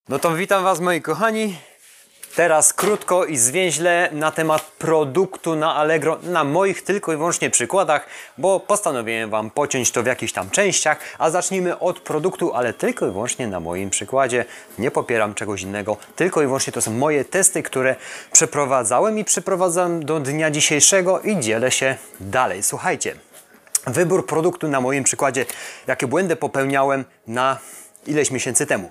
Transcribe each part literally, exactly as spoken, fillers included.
No to witam Was, moi kochani. Teraz krótko i zwięźle na temat produktu na Allegro, na moich tylko i wyłącznie przykładach, bo postanowiłem Wam pociąć to w jakichś tam częściach, a zacznijmy od produktu, ale tylko i wyłącznie na moim przykładzie. Nie popieram czegoś innego, tylko i wyłącznie to są moje testy, które przeprowadzałem i przeprowadzam do dnia dzisiejszego i dzielę się dalej. Słuchajcie, wybór produktu na moim przykładzie, jakie błędy popełniałem na ileś miesięcy temu.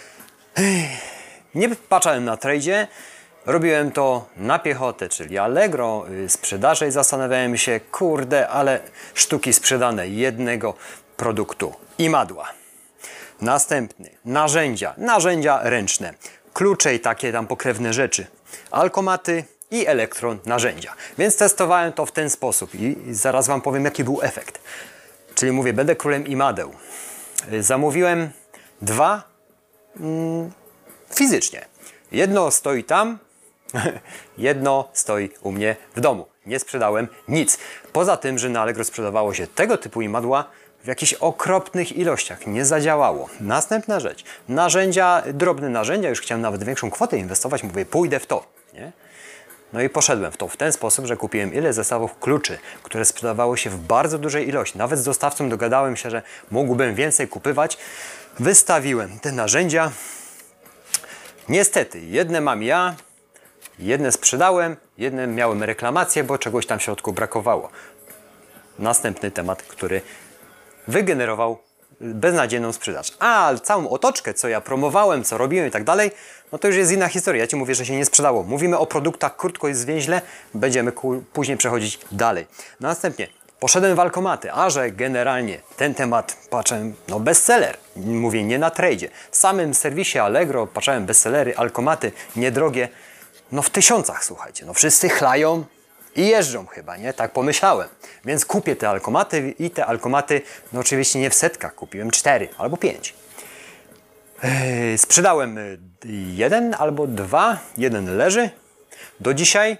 Nie patrzałem na tradzie, robiłem to na piechotę, czyli Allegro, sprzedaże i zastanawiałem się, kurde, ale sztuki sprzedane jednego produktu i madła. Następny, narzędzia, narzędzia ręczne, klucze i takie tam pokrewne rzeczy, alkomaty i elektron narzędzia. Więc testowałem to w ten sposób i zaraz Wam powiem, jaki był efekt. Czyli mówię, będę królem imadeł. Zamówiłem dwa mm, fizycznie. Jedno stoi tam, jedno stoi u mnie w domu. Nie sprzedałem nic. Poza tym, że na Allegro sprzedawało się tego typu imadła w jakichś okropnych ilościach. Nie zadziałało. Następna rzecz. Narzędzia, drobne narzędzia. Już chciałem nawet większą kwotę inwestować. Mówię, pójdę w to. Nie? No i poszedłem w to w ten sposób, że kupiłem ile zestawów kluczy, które sprzedawało się w bardzo dużej ilości. Nawet z dostawcą dogadałem się, że mógłbym więcej kupywać. Wystawiłem te narzędzia. Niestety, jedne mam ja, jedne sprzedałem, jedne miałem reklamację, bo czegoś tam w środku brakowało. Następny temat, który wygenerował beznadziejną sprzedaż. A całą otoczkę, co ja promowałem, co robiłem i tak dalej, no to już jest inna historia. Ja Ci mówię, że się nie sprzedało. Mówimy o produktach krótko i zwięźle, będziemy później przechodzić dalej. Następnie poszedłem w alkomaty, a że generalnie ten temat patrzę, no bestseller, mówię nie na tradzie. W samym serwisie Allegro patrzałem bestsellery, alkomaty niedrogie, no w tysiącach, słuchajcie, no wszyscy chlają i jeżdżą chyba, nie? Tak pomyślałem. Więc kupię te alkomaty i te alkomaty, no oczywiście nie w setkach, kupiłem cztery albo pięć. Yy, sprzedałem jeden albo dwa, jeden leży do dzisiaj.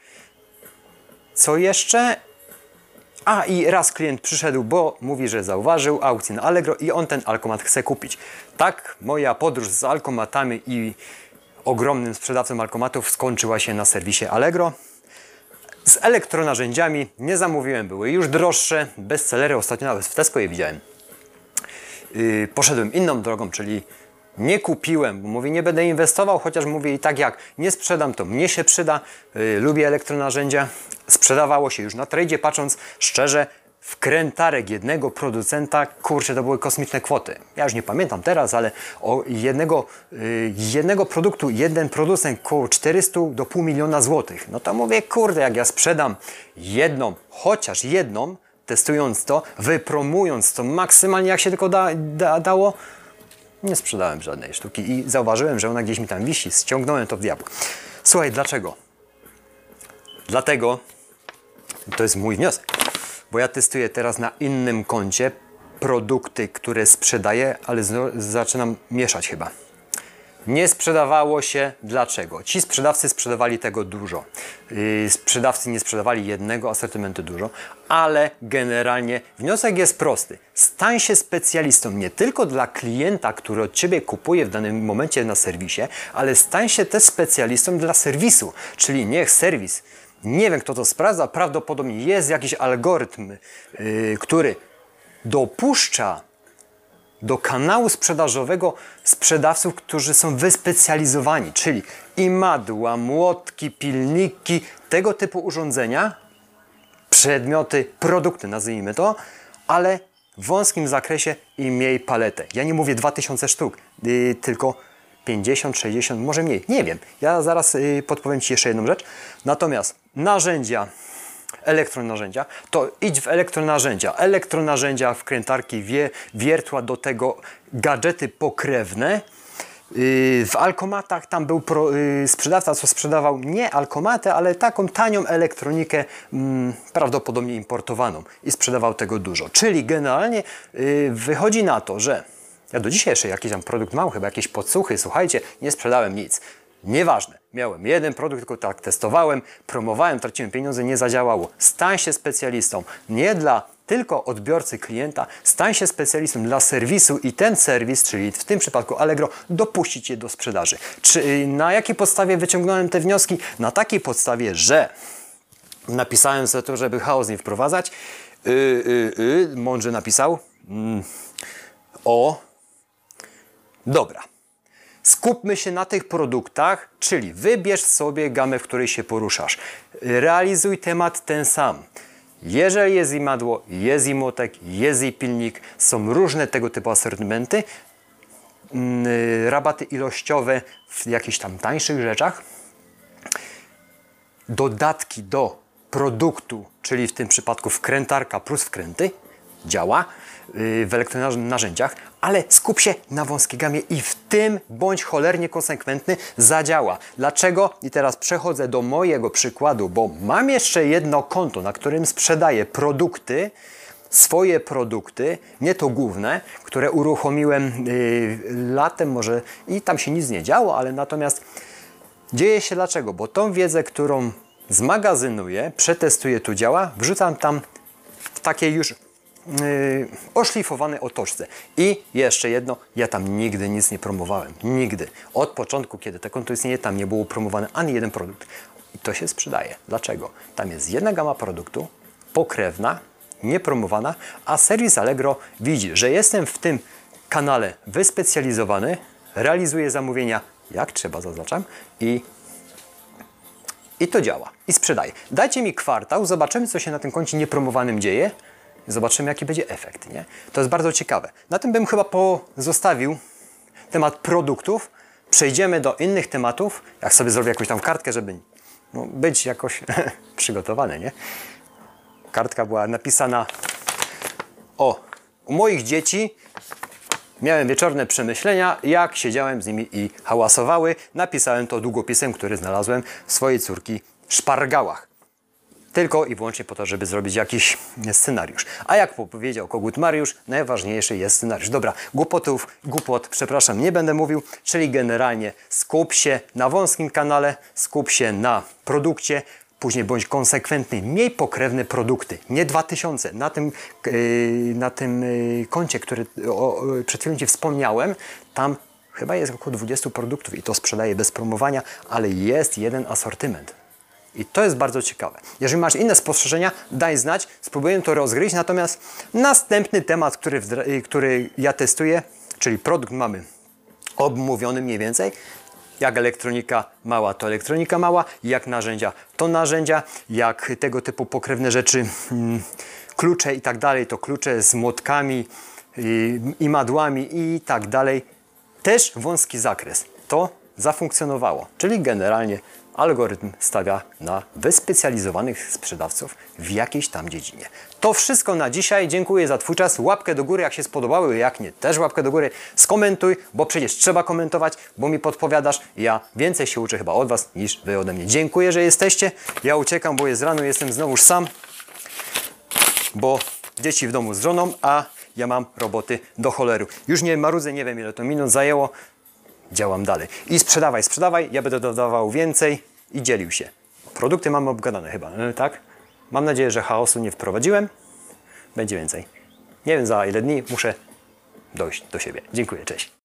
Co jeszcze? A i raz klient przyszedł, bo mówi, że zauważył aukcję na Allegro i on ten alkomat chce kupić. Tak moja podróż z alkomatami i ogromnym sprzedawcą alkomatów skończyła się na serwisie Allegro. Z elektronarzędziami nie zamówiłem, były już droższe, bestsellery, ostatnio nawet w Tesco je widziałem. Yy, poszedłem inną drogą, czyli nie kupiłem, bo mówię, nie będę inwestował, chociaż mówię i tak jak nie sprzedam, to mnie się przyda. Yy, lubię elektronarzędzia. Sprzedawało się już na tradzie, patrząc szczerze, wkrętarek jednego producenta, kurczę, to były kosmiczne kwoty. Ja już nie pamiętam teraz, ale o jednego, yy, jednego produktu, jeden producent koło czterysta do pół miliona złotych. No to mówię, kurde, jak ja sprzedam jedną, chociaż jedną, testując to, wypromując to maksymalnie jak się tylko da, da, dało, nie sprzedałem żadnej sztuki i zauważyłem, że ona gdzieś mi tam wisi. Ściągnąłem to w diabło. Słuchaj, dlaczego? Dlatego, to jest mój wniosek, bo ja testuję teraz na innym koncie produkty, które sprzedaję, ale zaczynam mieszać chyba. Nie sprzedawało się. Dlaczego? Ci sprzedawcy sprzedawali tego dużo. Yy, sprzedawcy nie sprzedawali jednego asortymentu dużo, ale generalnie wniosek jest prosty. Stań się specjalistą nie tylko dla klienta, który od Ciebie kupuje w danym momencie na serwisie, ale stań się też specjalistą dla serwisu. Czyli niech serwis, nie wiem kto to sprawdza, prawdopodobnie jest jakiś algorytm, yy, który dopuszcza do kanału sprzedażowego sprzedawców, którzy są wyspecjalizowani, czyli imadła, młotki, pilniki, tego typu urządzenia, przedmioty, produkty, nazwijmy to, ale w wąskim zakresie i miej paletę. Ja nie mówię dwa tysiące sztuk, yy, tylko pięćdziesiąt, sześćdziesiąt, może mniej, nie wiem. Ja zaraz yy, podpowiem Ci jeszcze jedną rzecz. Natomiast narzędzia, elektronarzędzia, to idź w elektronarzędzia. Elektronarzędzia, wkrętarki, wie, wiertła, do tego gadżety pokrewne. Yy, w alkomatach tam był pro, yy, sprzedawca, co sprzedawał nie alkomaty, ale taką tanią elektronikę, yy, prawdopodobnie importowaną i sprzedawał tego dużo. Czyli generalnie yy, wychodzi na to, że ja do dzisiaj jeszcze jakiś tam produkt mam, chyba jakieś podsłuchy, słuchajcie, nie sprzedałem nic. Nieważne. Miałem jeden produkt, tylko tak testowałem, promowałem, traciłem pieniądze, nie zadziałało. Stań się specjalistą. Nie dla tylko odbiorcy klienta, stań się specjalistą dla serwisu i ten serwis, czyli w tym przypadku Allegro, dopuści Cię do sprzedaży. Czy, na jakiej podstawie wyciągnąłem te wnioski? Na takiej podstawie, że napisałem sobie to, żeby chaos nie wprowadzać. Yy, yy, yy, mądrze napisał. Yy, o. Dobra. Skupmy się na tych produktach, czyli wybierz sobie gamę, w której się poruszasz. Realizuj temat ten sam. Jeżeli jest imadło, jest i młotek, jest i pilnik, są różne tego typu asortymenty, yy, rabaty ilościowe w jakichś tam tańszych rzeczach, dodatki do produktu, czyli w tym przypadku wkrętarka plus wkręty, działa yy, w elektronarzędziach, ale skup się na wąskiej gamie i w tym bądź cholernie konsekwentny, zadziała. Dlaczego? I teraz przechodzę do mojego przykładu, bo mam jeszcze jedno konto, na którym sprzedaję produkty, swoje produkty, nie to główne, które uruchomiłem yy, latem może i tam się nic nie działo, ale natomiast dzieje się dlaczego? Bo tą wiedzę, którą zmagazynuję, przetestuję, tu działa, wrzucam tam w takiej już Yy, oszlifowane otoczce. I jeszcze jedno, ja tam nigdy nic nie promowałem. Nigdy. Od początku, kiedy to konto istnieje, tam nie było promowany ani jeden produkt. I to się sprzedaje. Dlaczego? Tam jest jedna gama produktu, pokrewna, niepromowana, a serwis Allegro widzi, że jestem w tym kanale wyspecjalizowany, realizuję zamówienia, jak trzeba, zaznaczam, i i to działa. I sprzedaję. Dajcie mi kwartał, zobaczymy, co się na tym koncie niepromowanym dzieje. Zobaczymy, jaki będzie efekt, nie? To jest bardzo ciekawe. Na tym bym chyba pozostawił temat produktów. Przejdziemy do innych tematów. Jak sobie zrobię jakąś tam kartkę, żeby no, być jakoś przygotowany, nie? Kartka była napisana o, u moich dzieci. Miałem wieczorne przemyślenia, jak siedziałem z nimi i hałasowały. Napisałem to długopisem, który znalazłem w swojej córki szpargałach. Tylko i wyłącznie po to, żeby zrobić jakiś scenariusz. A jak powiedział kogut Mariusz, najważniejszy jest scenariusz. Dobra, głupotów, głupot, przepraszam, nie będę mówił, czyli generalnie skup się na wąskim kanale, skup się na produkcie, później bądź konsekwentny, miej pokrewne produkty, nie dwa tysiące. Na tym, yy, na tym yy, koncie, który o, o, przed chwilą Ci wspomniałem, tam chyba jest około dwudziestu produktów i to sprzedaję bez promowania, ale jest jeden asortyment. I to jest bardzo ciekawe. Jeżeli masz inne spostrzeżenia, daj znać, spróbuję to rozgryźć. Natomiast następny temat, który, który ja testuję, czyli produkt mamy obmówiony mniej więcej. Jak elektronika mała, to elektronika mała. Jak narzędzia, to narzędzia. Jak tego typu pokrewne rzeczy, hmm, klucze i tak dalej, to klucze z młotkami i, i madłami i tak dalej. Też wąski zakres. To zafunkcjonowało. Czyli generalnie algorytm stawia na wyspecjalizowanych sprzedawców w jakiejś tam dziedzinie. To wszystko na dzisiaj. Dziękuję za Twój czas. Łapkę do góry, jak się spodobały, jak nie, też łapkę do góry. Skomentuj, bo przecież trzeba komentować, bo mi podpowiadasz. Ja więcej się uczę chyba od Was niż Wy ode mnie. Dziękuję, że jesteście. Ja uciekam, bo jest rano, jestem znowuż sam, bo dzieci w domu z żoną, a ja mam roboty do choleru. Już nie marudzę, nie wiem ile to minut zajęło. Działam dalej. I sprzedawaj, sprzedawaj, ja będę dodawał więcej i dzielił się. Produkty mamy obgadane chyba, tak? Mam nadzieję, że chaosu nie wprowadziłem. Będzie więcej. Nie wiem za ile dni, muszę dojść do siebie. Dziękuję, cześć.